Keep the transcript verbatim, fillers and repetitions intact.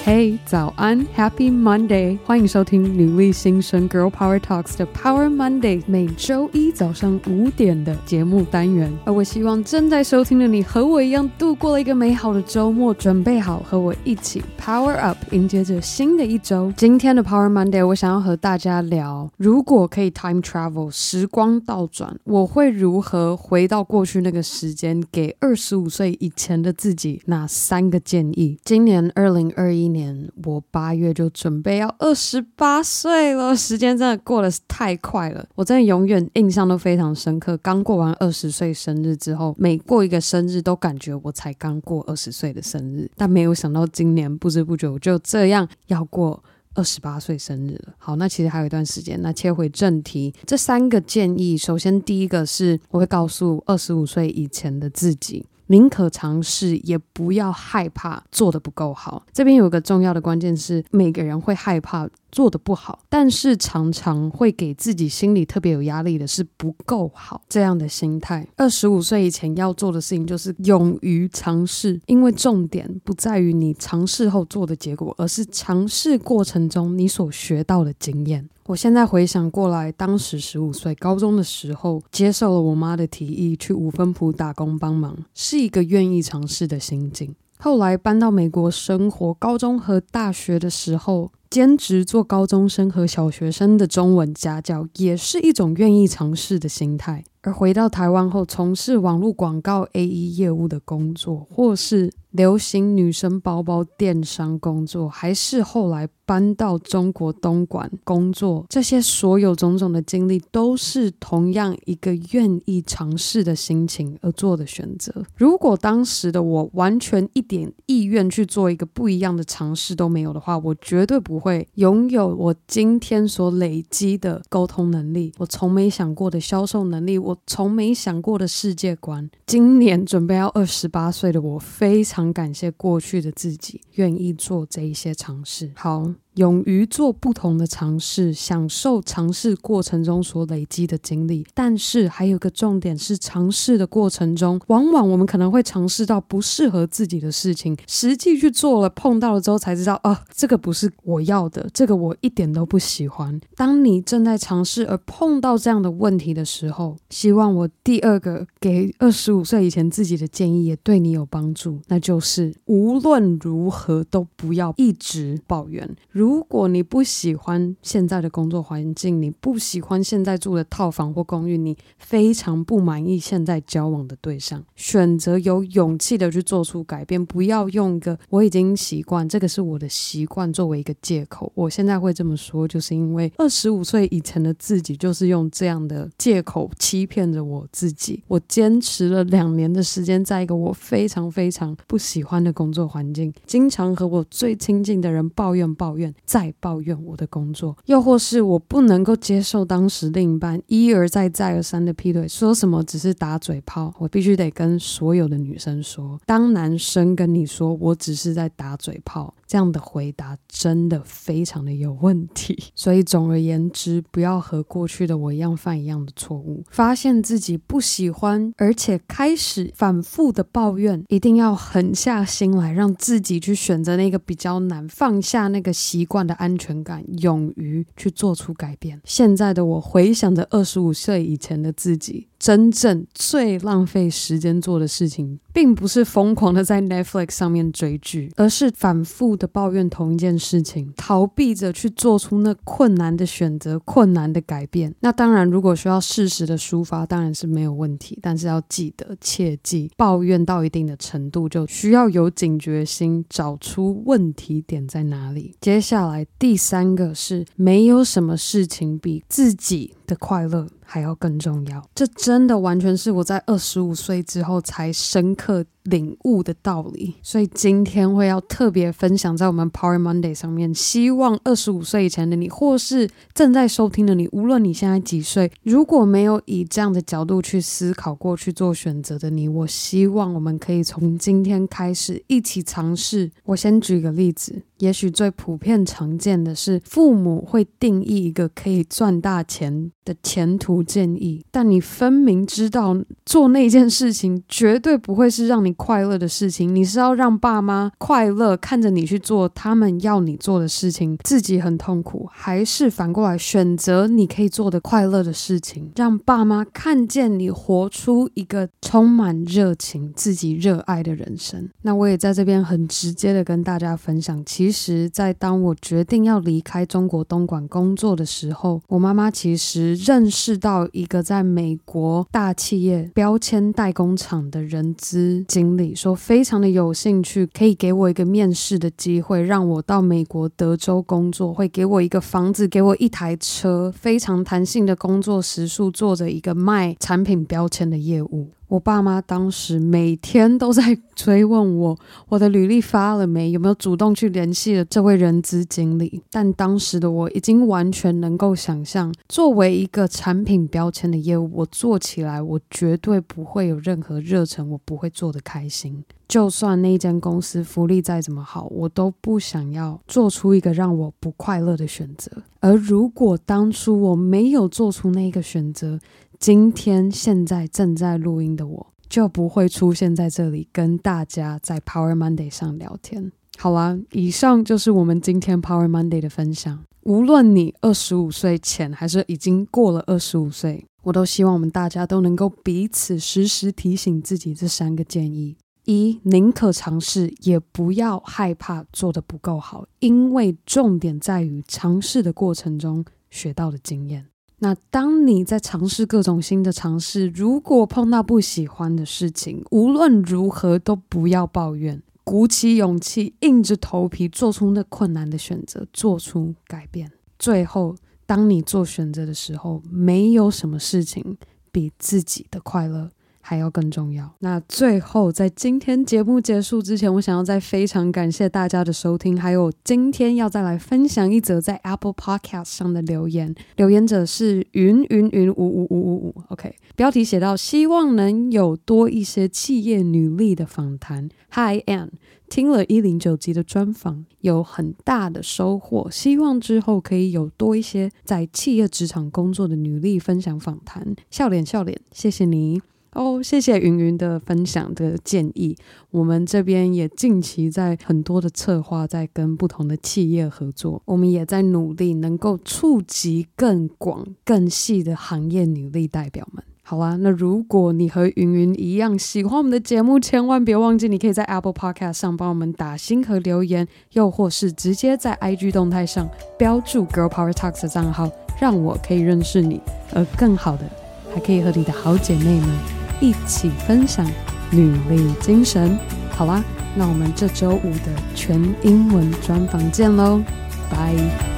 嘿，早安 Happy Monday， 欢迎收听女力新生 Girl Power Talks 的 Power Monday， 每周一早上五点的节目单元。而我希望正在收听的你和我一样度过了一个美好的周末，准备好和我一起 Power Up， 迎接着新的一周。今天的 Power Monday 我想要和大家聊，如果可以 Time Travel 时光倒转，我会如何回到过去那个时间，给二十五岁以前的自己那三个建议。今年二零二一年我八月就准备要二十八岁了，时间真的过得太快了，我真的永远印象都非常深刻。刚过完二十岁生日之后，每过一个生日都感觉我才刚过二十岁的生日，但没有想到今年不知不觉我就这样要过二十八岁生日了。好，那其实还有一段时间。那切回正题，这三个建议，首先第一个是我会告诉二十五岁以前的自己，宁可尝试也不要害怕做得不够好。这边有个重要的关键是，每个人会害怕做得不好，但是常常会给自己心里特别有压力的是不够好这样的心态。二十五岁以前要做的事情就是勇于尝试，因为重点不在于你尝试后做的结果，而是尝试过程中你所学到的经验。我现在回想过来，当时十五岁高中的时候，接受了我妈的提议去五分埔打工帮忙，是一个愿意尝试的心境。后来搬到美国生活，高中和大学的时候兼职做高中生和小学生的中文家教，也是一种愿意尝试的心态。而回到台湾后，从事网络广告 A E 业务的工作，或是流行女生包包电商工作，还是后来搬到中国东莞工作，这些所有种种的经历都是同样一个愿意尝试的心情而做的选择。如果当时的我完全一点意愿去做一个不一样的尝试都没有的话，我绝对不会拥有我今天所累积的沟通能力，我从没想过的销售能力，我从没想过的世界观。今年准备要二十八岁的我，非常感谢过去的自己愿意做这一些尝试。好，勇于做不同的尝试，享受尝试过程中所累积的经历。但是还有一个重点是，尝试的过程中往往我们可能会尝试到不适合自己的事情，实际去做了碰到了之后才知道，啊，这个不是我要的，这个我一点都不喜欢。当你正在尝试而碰到这样的问题的时候，希望我第二个给二十五岁以前自己的建议也对你有帮助，那就是无论如何都不要一直抱怨。如果你不喜欢现在的工作环境，你不喜欢现在住的套房或公寓，你非常不满意现在交往的对象，选择有勇气的去做出改变，不要用一个我已经习惯，这个是我的习惯作为一个借口。我现在会这么说，就是因为二十五岁以前的自己就是用这样的借口欺骗着我自己。我坚持了两年的时间，在一个我非常非常不喜欢的工作环境，经常和我最亲近的人抱怨抱怨再抱怨我的工作，又或是我不能够接受当时另一半一而再再而三的劈腿，说什么只是打嘴炮。我必须得跟所有的女生说，当男生跟你说我只是在打嘴炮，这样的回答真的非常的有问题。所以总而言之，不要和过去的我一样犯一样的错误。发现自己不喜欢而且开始反复的抱怨，一定要狠下心来，让自己去选择那个比较难，放下那个习惯的安全感，勇于去做出改变。现在的我回想着二十五岁以前的自己，真正最浪费时间做的事情，并不是疯狂的在 Netflix 上面追剧，而是反复的抱怨同一件事情，逃避着去做出那困难的选择，困难的改变。那当然如果需要适时的抒发当然是没有问题，但是要记得切记，抱怨到一定的程度就需要有警觉心，找出问题点在哪里。接下来第三个是，没有什么事情比自己的快乐还要更重要。这真的完全是我在二十五岁之后才深刻领悟的道理，所以今天会要特别分享在我们 Power Monday 上面。希望二十五岁以前的你，或是正在收听的你，无论你现在几岁，如果没有以这样的角度去思考过去做选择的你，我希望我们可以从今天开始一起尝试。我先举个例子，也许最普遍常见的是，父母会定义一个可以赚大钱的前途建议，但你分明知道做那件事情绝对不会是让你快乐的事情？你是要让爸妈快乐，看着你去做他们要你做的事情，自己很痛苦，还是反过来选择你可以做的快乐的事情，让爸妈看见你活出一个充满热情、自己热爱的人生？那我也在这边很直接的跟大家分享，其实在当我决定要离开中国东莞工作的时候，我妈妈其实认识到一个在美国大企业标签代工厂的人资经理，说非常的有兴趣，可以给我一个面试的机会，让我到美国德州工作，会给我一个房子，给我一台车，非常弹性的工作时数，做着一个卖产品标签的业务。我爸妈当时每天都在追问我，我的履历发了没，有没有主动去联系了这位人资经理。但当时的我已经完全能够想象，作为一个产品标签的业务，我做起来我绝对不会有任何热忱，我不会做得开心。就算那一间公司福利再怎么好，我都不想要做出一个让我不快乐的选择。而如果当初我没有做出那个选择，今天现在正在录音的我就不会出现在这里跟大家在 Power Monday 上聊天。好啦，以上就是我们今天 Power Monday 的分享。无论你二十五岁前还是已经过了二十五岁，我都希望我们大家都能够彼此时时提醒自己这三个建议。一，宁可尝试，也不要害怕做得不够好，因为重点在于尝试的过程中学到的经验。那当你在尝试各种新的尝试，如果碰到不喜欢的事情，无论如何都不要抱怨，鼓起勇气，硬着头皮做出那困难的选择，做出改变。最后，当你做选择的时候，没有什么事情比自己的快乐还要更重要。那最后，在今天节目结束之前，我想要再非常感谢大家的收听，还有今天要再来分享一则在 Apple Podcast 上的留言。留言者是云云云五五五五五 OK， 标题写到希望能有多一些企业女力的访谈。 Hi Ann， 听了一零九集的专访，有很大的收获，希望之后可以有多一些在企业职场工作的女力分享访谈。笑脸笑脸，谢谢你哦，谢谢云云的分享的建议。我们这边也近期在很多的策划，在跟不同的企业合作，我们也在努力能够触及更广更细的行业女力代表们。好啦，那如果你和云云一样喜欢我们的节目，千万别忘记你可以在 Apple Podcast 上帮我们打星和留言，又或是直接在 I G 动态上标注 Girl Power Talks 的账号，让我可以认识你，而更好的还可以和你的好姐妹们一起分享女力精神。好啦，那我们这周五的全英文专访见咯，拜。